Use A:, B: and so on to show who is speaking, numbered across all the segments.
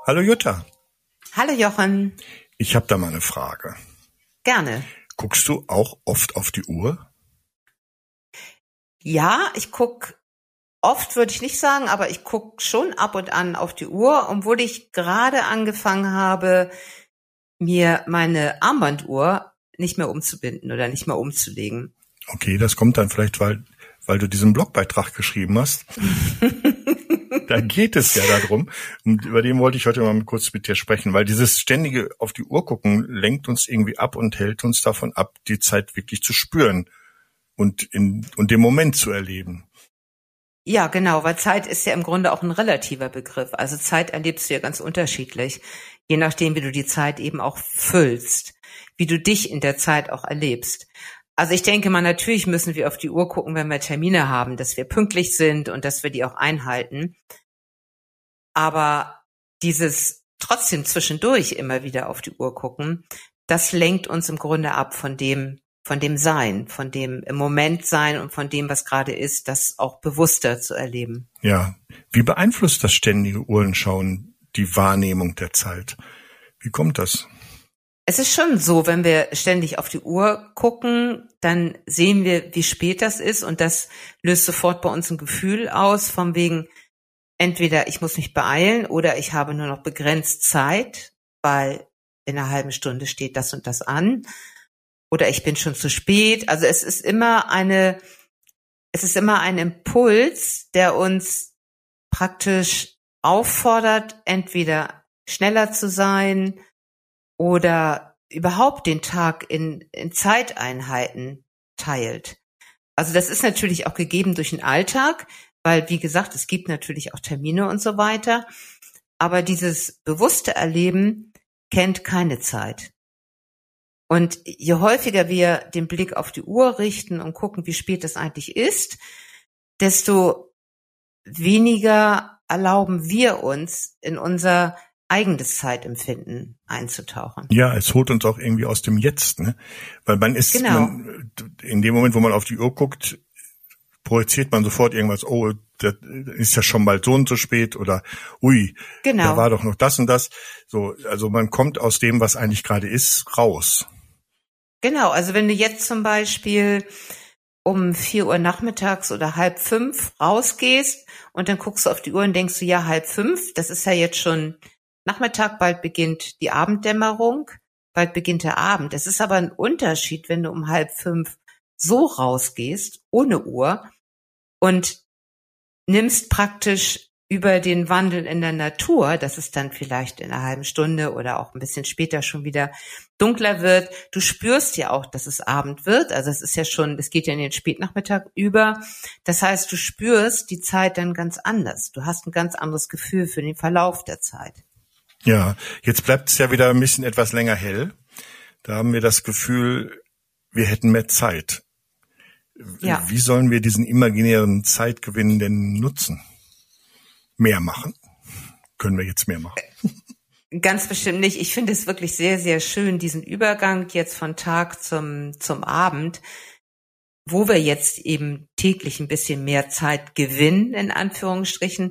A: Hallo Jutta,
B: Hallo Jochen,
A: ich habe da mal eine Frage.
B: gerne.
A: Guckst du auch oft auf die Uhr?
B: Ja, ich guck oft, würde ich nicht sagen, aber ich guck schon ab und an auf die Uhr, obwohl ich gerade angefangen habe, mir meine Armbanduhr nicht mehr umzubinden oder nicht mehr umzulegen.
A: Okay, das kommt dann vielleicht, weil du diesen Blogbeitrag geschrieben hast. Da geht es ja darum, und über den wollte ich heute mal kurz mit dir sprechen, weil dieses ständige auf die Uhr gucken lenkt uns irgendwie ab und hält uns davon ab, die Zeit wirklich zu spüren und den Moment zu erleben.
B: Ja, genau, weil Zeit ist ja im Grunde auch ein relativer Begriff. Also Zeit erlebst du ja ganz unterschiedlich, je nachdem, wie du die Zeit eben auch füllst, wie du dich in der Zeit auch erlebst. Also ich denke mal, natürlich müssen wir auf die Uhr gucken, wenn wir Termine haben, dass wir pünktlich sind und dass wir die auch einhalten. Aber dieses trotzdem zwischendurch immer wieder auf die Uhr gucken, das lenkt uns im Grunde ab von dem Sein, von dem im Moment sein und von dem, was gerade ist, das auch bewusster zu erleben.
A: Ja, wie beeinflusst das ständige Uhrenschauen die Wahrnehmung der Zeit? Wie kommt das?
B: Es ist schon so, wenn wir ständig auf die Uhr gucken, dann sehen wir, wie spät das ist und das löst sofort bei uns ein Gefühl aus, von wegen, entweder ich muss mich beeilen oder ich habe nur noch begrenzt Zeit, weil in einer halben Stunde steht das und das an oder ich bin schon zu spät. Also es ist immer ein Impuls, der uns praktisch auffordert, entweder schneller zu sein oder überhaupt den Tag in Zeiteinheiten teilt. Also das ist natürlich auch gegeben durch den Alltag, weil, wie gesagt, es gibt natürlich auch Termine und so weiter. Aber dieses bewusste Erleben kennt keine Zeit. Und je häufiger wir den Blick auf die Uhr richten und gucken, wie spät es eigentlich ist, desto weniger erlauben wir uns, in unser eigenes Zeitempfinden einzutauchen.
A: Ja, es holt uns auch irgendwie aus dem Jetzt, ne? Weil
B: Genau.
A: in dem Moment, wo man auf die Uhr guckt, projiziert man sofort irgendwas, oh, das ist ja schon bald so und so spät oder ui,
B: Genau.
A: da war doch noch das und das. So, also man kommt aus dem, was eigentlich gerade ist, raus.
B: Genau, also wenn du jetzt zum Beispiel um 4 Uhr nachmittags oder 4:30 rausgehst und dann guckst du auf die Uhr und denkst du, ja, 4:30, das ist ja jetzt schon Nachmittag, bald beginnt die Abenddämmerung, bald beginnt der Abend. Es ist aber ein Unterschied, wenn du um 4:30 so rausgehst, ohne Uhr, und nimmst praktisch über den Wandel in der Natur, dass es dann vielleicht in einer halben Stunde oder auch ein bisschen später schon wieder dunkler wird. Du spürst ja auch, dass es Abend wird. Also es geht ja in den Spätnachmittag über. Das heißt, du spürst die Zeit dann ganz anders. Du hast ein ganz anderes Gefühl für den Verlauf der Zeit.
A: Ja, jetzt bleibt es ja wieder ein bisschen etwas länger hell. Da haben wir das Gefühl, wir hätten mehr Zeit.
B: Ja.
A: Wie sollen wir diesen imaginären Zeitgewinn denn nutzen? Mehr machen? Können wir jetzt mehr machen?
B: Ganz bestimmt nicht. Ich finde es wirklich sehr, sehr schön, diesen Übergang jetzt von Tag zum Abend, wo wir jetzt eben täglich ein bisschen mehr Zeit gewinnen, in Anführungsstrichen.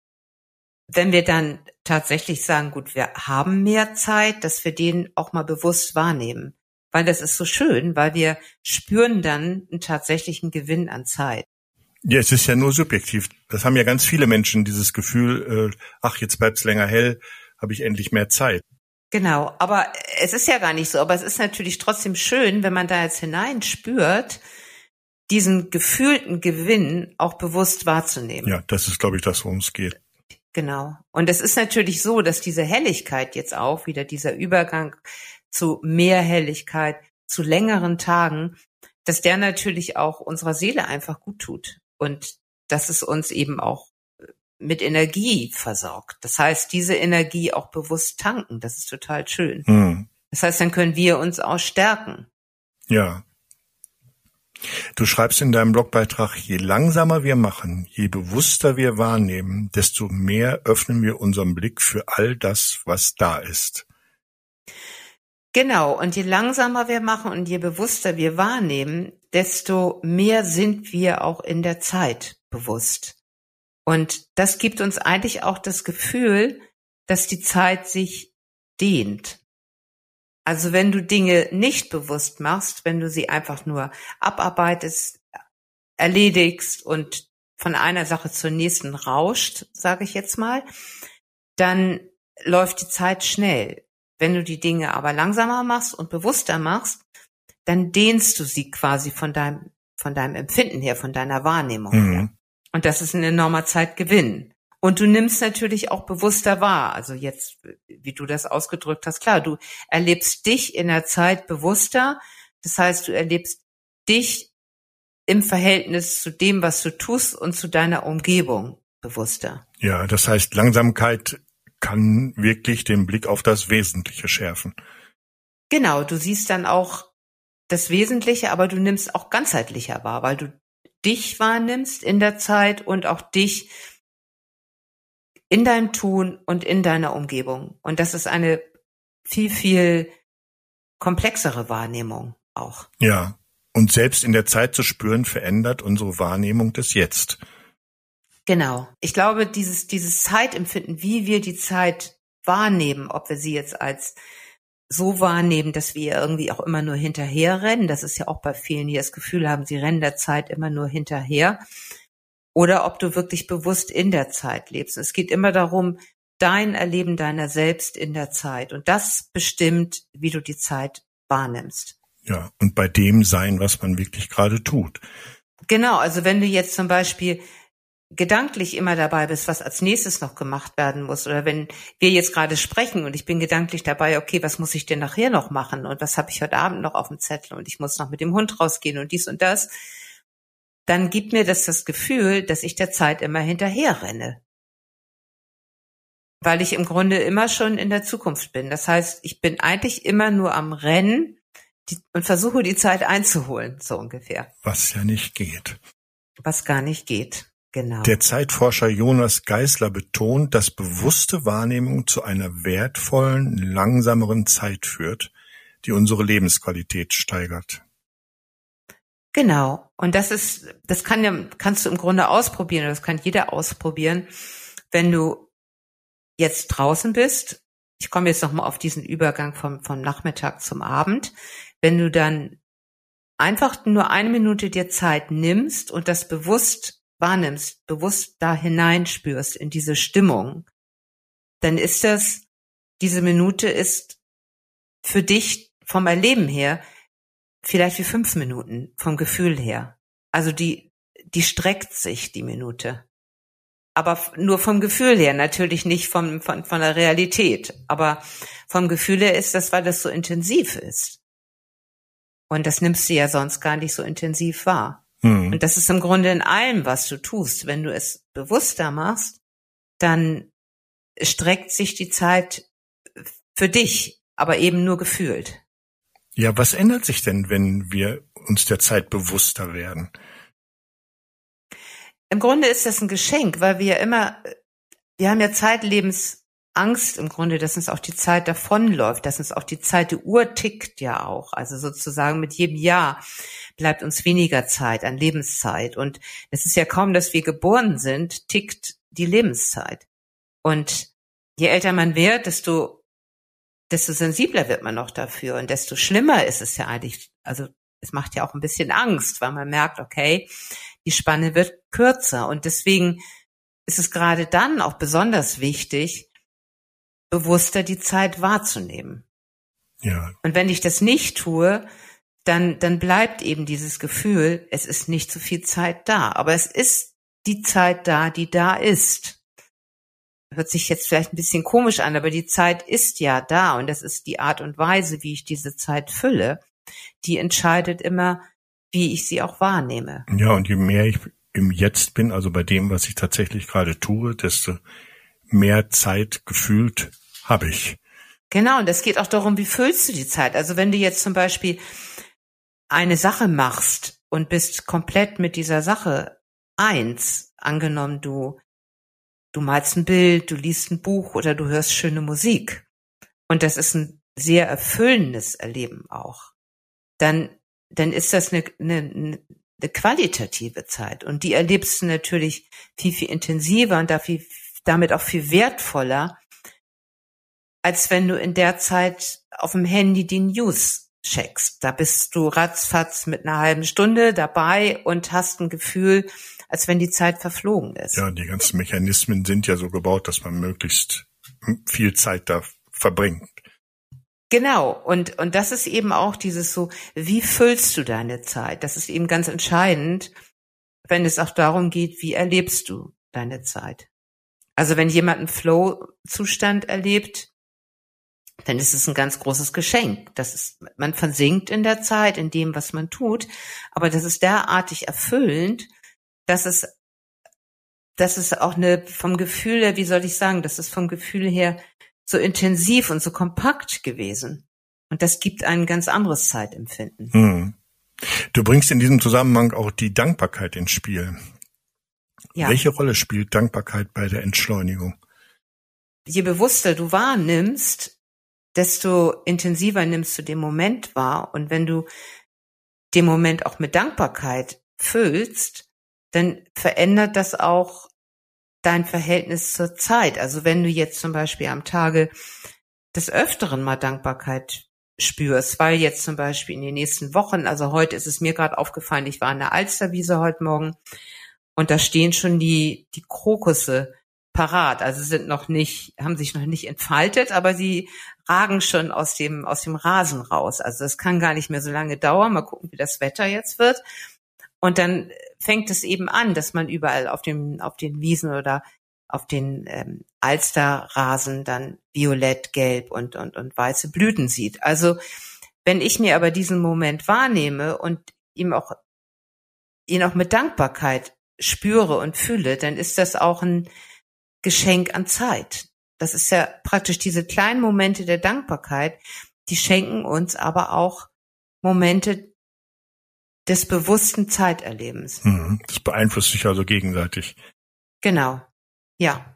B: Wenn wir dann tatsächlich sagen, gut, wir haben mehr Zeit, dass wir den auch mal bewusst wahrnehmen. Weil das ist so schön, weil wir spüren dann einen tatsächlichen Gewinn an Zeit.
A: Ja, es ist ja nur subjektiv. Das haben ja ganz viele Menschen, dieses Gefühl, ach, jetzt bleibt's länger hell, habe ich endlich mehr Zeit.
B: Genau, aber es ist ja gar nicht so. Aber es ist natürlich trotzdem schön, wenn man da jetzt hineinspürt, diesen gefühlten Gewinn auch bewusst wahrzunehmen.
A: Ja, das ist, glaube ich, das, worum es geht.
B: Genau. Und es ist natürlich so, dass diese Helligkeit jetzt auch wieder, dieser Übergang zu mehr Helligkeit, zu längeren Tagen, dass der natürlich auch unserer Seele einfach gut tut und dass es uns eben auch mit Energie versorgt. Das heißt, diese Energie auch bewusst tanken, das ist total schön. Das heißt, dann können wir uns auch stärken.
A: Ja. Du schreibst in deinem Blogbeitrag, je langsamer wir machen, je bewusster wir wahrnehmen, desto mehr öffnen wir unseren Blick für all das, was da ist.
B: Genau, und je langsamer wir machen und je bewusster wir wahrnehmen, desto mehr sind wir auch in der Zeit bewusst. Und das gibt uns eigentlich auch das Gefühl, dass die Zeit sich dehnt. Also wenn du Dinge nicht bewusst machst, wenn du sie einfach nur abarbeitest, erledigst und von einer Sache zur nächsten rauscht, sage ich jetzt mal, dann läuft die Zeit schnell. Wenn du die Dinge aber langsamer machst und bewusster machst, dann dehnst du sie quasi von deinem Empfinden her, von deiner Wahrnehmung her. Und das ist ein enormer Zeitgewinn. Und du nimmst natürlich auch bewusster wahr. Also jetzt, wie du das ausgedrückt hast, klar, du erlebst dich in der Zeit bewusster. Das heißt, du erlebst dich im Verhältnis zu dem, was du tust und zu deiner Umgebung bewusster.
A: Ja, das heißt, Langsamkeit kann wirklich den Blick auf das Wesentliche schärfen.
B: Genau, du siehst dann auch das Wesentliche, aber du nimmst auch ganzheitlicher wahr, weil du dich wahrnimmst in der Zeit und auch dich in deinem Tun und in deiner Umgebung. Und das ist eine viel, viel komplexere Wahrnehmung auch.
A: Ja, und selbst in der Zeit zu spüren, verändert unsere Wahrnehmung des Jetzt.
B: Genau. Ich glaube, dieses Zeitempfinden, wie wir die Zeit wahrnehmen, ob wir sie jetzt als so wahrnehmen, dass wir irgendwie auch immer nur hinterherrennen, das ist ja auch bei vielen, die das Gefühl haben, sie rennen der Zeit immer nur hinterher, oder ob du wirklich bewusst in der Zeit lebst. Es geht immer darum, dein Erleben deiner selbst in der Zeit. Und das bestimmt, wie du die Zeit wahrnimmst.
A: Ja, und bei dem sein, was man wirklich gerade tut.
B: Genau, also wenn du jetzt zum Beispiel gedanklich immer dabei bist, was als nächstes noch gemacht werden muss, oder wenn wir jetzt gerade sprechen und ich bin gedanklich dabei, okay, was muss ich denn nachher noch machen und was habe ich heute Abend noch auf dem Zettel und ich muss noch mit dem Hund rausgehen und dies und das, dann gibt mir das Gefühl, dass ich der Zeit immer hinterher renne. Weil ich im Grunde immer schon in der Zukunft bin. Das heißt, ich bin eigentlich immer nur am Rennen und versuche die Zeit einzuholen, so ungefähr.
A: Was ja nicht geht.
B: Was gar nicht geht. Genau.
A: Der Zeitforscher Jonas Geisler betont, dass bewusste Wahrnehmung zu einer wertvollen, langsameren Zeit führt, die unsere Lebensqualität steigert.
B: Genau. Und das kannst du im Grunde ausprobieren, das kann jeder ausprobieren, wenn du jetzt draußen bist. Ich komme jetzt nochmal auf diesen Übergang vom Nachmittag zum Abend. Wenn du dann einfach nur 1 Minute dir Zeit nimmst und das bewusst wahrnimmst, bewusst da hineinspürst in diese Stimmung, dann ist diese Minute ist für dich vom Erleben her vielleicht wie 5 Minuten vom Gefühl her. Also die streckt sich, die Minute. Aber nur vom Gefühl her, natürlich nicht von der Realität. Aber vom Gefühl her ist das, weil das so intensiv ist. Und das nimmst du ja sonst gar nicht so intensiv wahr. Und das ist im Grunde in allem, was du tust. Wenn du es bewusster machst, dann streckt sich die Zeit für dich, aber eben nur gefühlt.
A: Ja, was ändert sich denn, wenn wir uns der Zeit bewusster werden?
B: Im Grunde ist das ein Geschenk, weil wir haben ja Zeitlebensangst im Grunde, dass uns auch die Zeit davonläuft, dass uns auch die Zeit, die Uhr tickt ja auch. Also sozusagen mit jedem Jahr bleibt uns weniger Zeit an Lebenszeit. Und es ist ja kaum, dass wir geboren sind, tickt die Lebenszeit. Und je älter man wird, desto sensibler wird man noch dafür und desto schlimmer ist es ja eigentlich. Also es macht ja auch ein bisschen Angst, weil man merkt, okay, die Spanne wird kürzer. Und deswegen ist es gerade dann auch besonders wichtig, bewusster die Zeit wahrzunehmen.
A: Ja.
B: Und wenn ich das nicht tue, dann bleibt eben dieses Gefühl, es ist nicht so viel Zeit da. Aber es ist die Zeit da, die da ist. Hört sich jetzt vielleicht ein bisschen komisch an, aber die Zeit ist ja da. Und das ist die Art und Weise, wie ich diese Zeit fülle, die entscheidet immer, wie ich sie auch wahrnehme.
A: Ja, und je mehr ich im Jetzt bin, also bei dem, was ich tatsächlich gerade tue, desto mehr Zeit gefühlt habe ich.
B: Genau, und es geht auch darum, wie füllst du die Zeit? Also wenn du jetzt zum Beispiel eine Sache machst und bist komplett mit dieser Sache eins, angenommen du malst ein Bild, du liest ein Buch oder du hörst schöne Musik und das ist ein sehr erfüllendes Erleben auch, dann ist das eine qualitative Zeit und die erlebst du natürlich viel, viel intensiver und damit auch viel wertvoller, als wenn du in der Zeit auf dem Handy die News checkst. Da bist du ratzfatz mit einer halben Stunde dabei und hast ein Gefühl, als wenn die Zeit verflogen ist.
A: Ja, die ganzen Mechanismen sind ja so gebaut, dass man möglichst viel Zeit da verbringt.
B: Genau. Und das ist eben auch dieses so, wie füllst du deine Zeit? Das ist eben ganz entscheidend, wenn es auch darum geht, wie erlebst du deine Zeit? Also wenn jemand einen Flow-Zustand erlebt, dann ist es ein ganz großes Geschenk. Man versinkt in der Zeit, in dem, was man tut, aber das ist derartig erfüllend, dass es auch vom Gefühl her, wie soll ich sagen, das ist vom Gefühl her so intensiv und so kompakt gewesen. Und das gibt ein ganz anderes Zeitempfinden.
A: Hm. Du bringst in diesem Zusammenhang auch die Dankbarkeit ins Spiel. Ja. Welche Rolle spielt Dankbarkeit bei der Entschleunigung?
B: Je bewusster du wahrnimmst, desto intensiver nimmst du den Moment wahr. Und wenn du den Moment auch mit Dankbarkeit füllst, dann verändert das auch dein Verhältnis zur Zeit. Also wenn du jetzt zum Beispiel am Tage des Öfteren mal Dankbarkeit spürst, weil jetzt zum Beispiel in den nächsten Wochen, also heute ist es mir gerade aufgefallen, ich war an der Alsterwiese heute Morgen und da stehen schon die Krokusse parat. Also haben sich noch nicht entfaltet, aber sie ragen schon aus dem Rasen raus. Also das kann gar nicht mehr so lange dauern. Mal gucken, wie das Wetter jetzt wird. Und dann fängt es eben an, dass man überall auf den Wiesen oder auf den Alsterrasen dann violett, gelb und weiße Blüten sieht. Also wenn ich mir aber diesen Moment wahrnehme und ihn auch mit Dankbarkeit spüre und fühle, dann ist das auch ein Geschenk an Zeit. Das ist ja praktisch diese kleinen Momente der Dankbarkeit, die schenken uns aber auch Momente des bewussten Zeiterlebens.
A: Das beeinflusst sich also gegenseitig.
B: Genau, ja.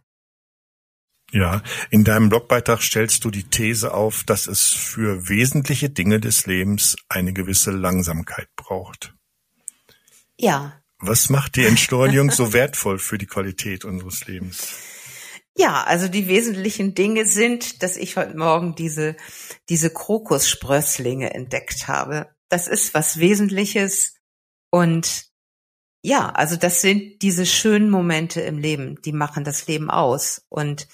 A: Ja, in deinem Blogbeitrag stellst du die These auf, dass es für wesentliche Dinge des Lebens eine gewisse Langsamkeit braucht.
B: Ja.
A: Was macht die Entschleunigung so wertvoll für die Qualität unseres Lebens?
B: Ja, also die wesentlichen Dinge sind, dass ich heute Morgen diese Krokussprösslinge entdeckt habe. Das ist was Wesentliches und ja, also das sind diese schönen Momente im Leben, die machen das Leben aus und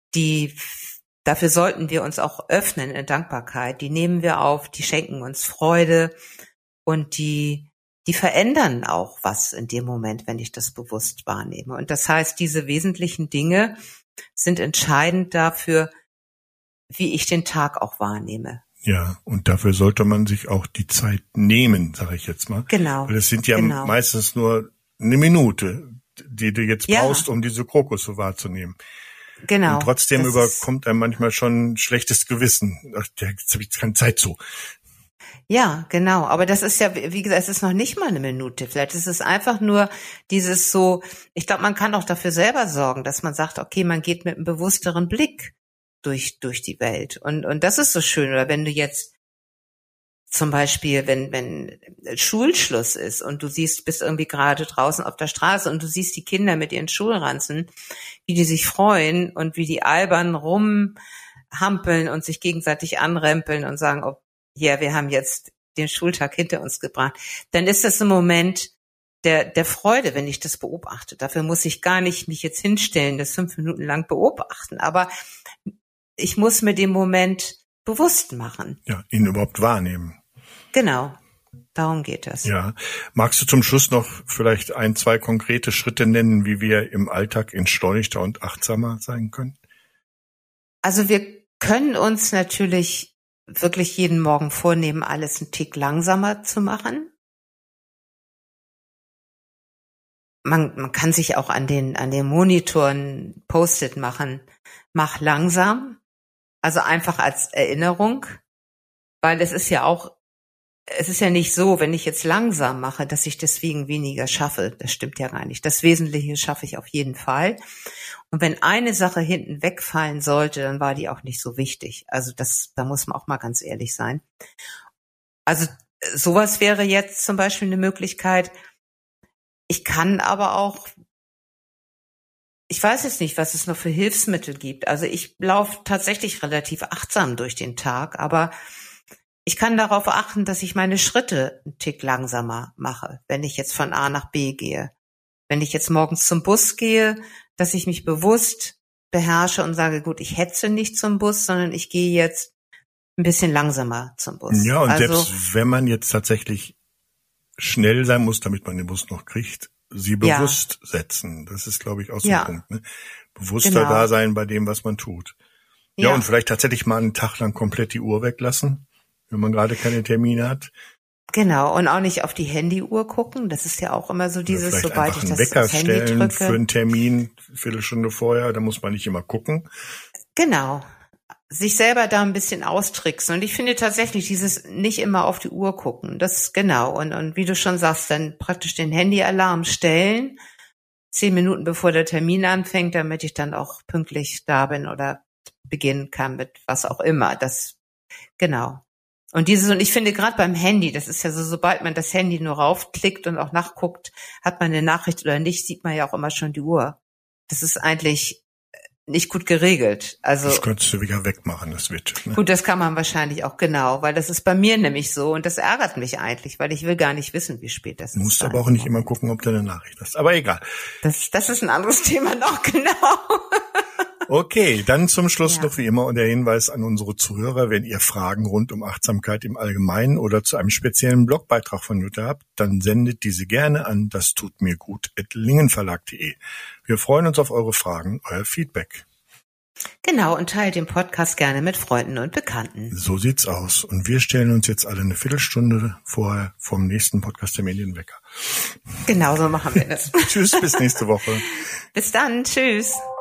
B: dafür sollten wir uns auch öffnen in Dankbarkeit. Die nehmen wir auf, die schenken uns Freude und die verändern auch was in dem Moment, wenn ich das bewusst wahrnehme. Und das heißt, diese wesentlichen Dinge sind entscheidend dafür, wie ich den Tag auch wahrnehme.
A: Ja, und dafür sollte man sich auch die Zeit nehmen, sage ich jetzt mal.
B: Genau.
A: Weil es sind ja meistens nur eine Minute, die du jetzt brauchst, um diese Krokusse wahrzunehmen.
B: Genau.
A: Und trotzdem überkommt einem manchmal schon ein schlechtes Gewissen. Ach, jetzt habe ich keine Zeit zu.
B: Ja, genau. Aber das ist ja, wie gesagt, es ist noch nicht mal eine Minute. Vielleicht ist es einfach nur dieses so, ich glaube, man kann auch dafür selber sorgen, dass man sagt, okay, man geht mit einem bewussteren Blick durch die Welt. Und das ist so schön. Oder wenn du jetzt zum Beispiel, wenn Schulschluss ist und du bist irgendwie gerade draußen auf der Straße und du siehst die Kinder mit ihren Schulranzen, wie die sich freuen und wie die albern rumhampeln und sich gegenseitig anrempeln und sagen, oh, ja, wir haben jetzt den Schultag hinter uns gebracht, dann ist das ein Moment der Freude, wenn ich das beobachte. Dafür muss ich gar nicht mich jetzt hinstellen, das 5 Minuten lang beobachten, aber ich muss mir den Moment bewusst machen.
A: Ja, ihn überhaupt wahrnehmen.
B: Genau, darum geht es.
A: Ja, magst du zum Schluss noch vielleicht 1, 2 konkrete Schritte nennen, wie wir im Alltag entschleunigter und achtsamer sein können?
B: Also wir können uns natürlich wirklich jeden Morgen vornehmen, alles einen Tick langsamer zu machen. Man kann sich auch an den Monitoren Post-it machen. Mach langsam. Also einfach als Erinnerung. Weil es ist ja nicht so, wenn ich jetzt langsam mache, dass ich deswegen weniger schaffe. Das stimmt ja gar nicht. Das Wesentliche schaffe ich auf jeden Fall. Und wenn eine Sache hinten wegfallen sollte, dann war die auch nicht so wichtig. Also da muss man auch mal ganz ehrlich sein. Also sowas wäre jetzt zum Beispiel eine Möglichkeit. Ich kann ich weiß jetzt nicht, was es noch für Hilfsmittel gibt. Also ich laufe tatsächlich relativ achtsam durch den Tag, aber ich kann darauf achten, dass ich meine Schritte einen Tick langsamer mache, wenn ich jetzt von A nach B gehe. Wenn ich jetzt morgens zum Bus gehe, dass ich mich bewusst beherrsche und sage, gut, ich hetze nicht zum Bus, sondern ich gehe jetzt ein bisschen langsamer zum Bus.
A: Ja, und also, selbst wenn man jetzt tatsächlich schnell sein muss, damit man den Bus noch kriegt, sie bewusst setzen. Das ist, glaube ich, auch so ein Punkt. Ne? Bewusster da sein bei dem, was man tut. Ja, und vielleicht tatsächlich mal einen Tag lang komplett die Uhr weglassen, wenn man gerade keine Termine hat.
B: Genau, und auch nicht auf die Handyuhr gucken. Das ist ja auch immer so dieses,
A: oder
B: sobald ich das
A: Wecker
B: Handy
A: stellen
B: drücke.
A: Für einen Termin, Viertelstunde vorher, da muss man nicht immer gucken.
B: Genau. Sich selber da ein bisschen austricksen. Und ich finde tatsächlich dieses nicht immer auf die Uhr gucken, das genau. Und wie du schon sagst, dann praktisch den Handyalarm stellen, 10 Minuten bevor der Termin anfängt, damit ich dann auch pünktlich da bin oder beginnen kann mit was auch immer. Das, genau. Und ich finde gerade beim Handy, das ist ja so, sobald man das Handy nur raufklickt und auch nachguckt, hat man eine Nachricht oder nicht, sieht man ja auch immer schon die Uhr. Das ist eigentlich nicht gut geregelt. Also
A: das könntest du wieder wegmachen, das Widget. Ne?
B: Gut, das kann man wahrscheinlich auch, genau, weil das ist bei mir nämlich so und das ärgert mich eigentlich, weil ich will gar nicht wissen, wie spät das ist.
A: Du musst aber auch nicht immer gucken, ob du eine Nachricht hast. Aber egal.
B: Das ist ein anderes Thema noch, genau.
A: Okay, dann zum Schluss noch wie immer der Hinweis an unsere Zuhörer, wenn ihr Fragen rund um Achtsamkeit im Allgemeinen oder zu einem speziellen Blogbeitrag von Jutta habt, dann sendet diese gerne an dastutmirgut@lingenverlag.de. Wir freuen uns auf eure Fragen, euer Feedback.
B: Genau, und teilt den Podcast gerne mit Freunden und Bekannten.
A: So sieht's aus. Und wir stellen uns jetzt alle eine Viertelstunde vorher vom nächsten Podcast-Termin den Wecker.
B: Genau so machen wir das.
A: Tschüss, bis nächste Woche.
B: Bis dann, tschüss.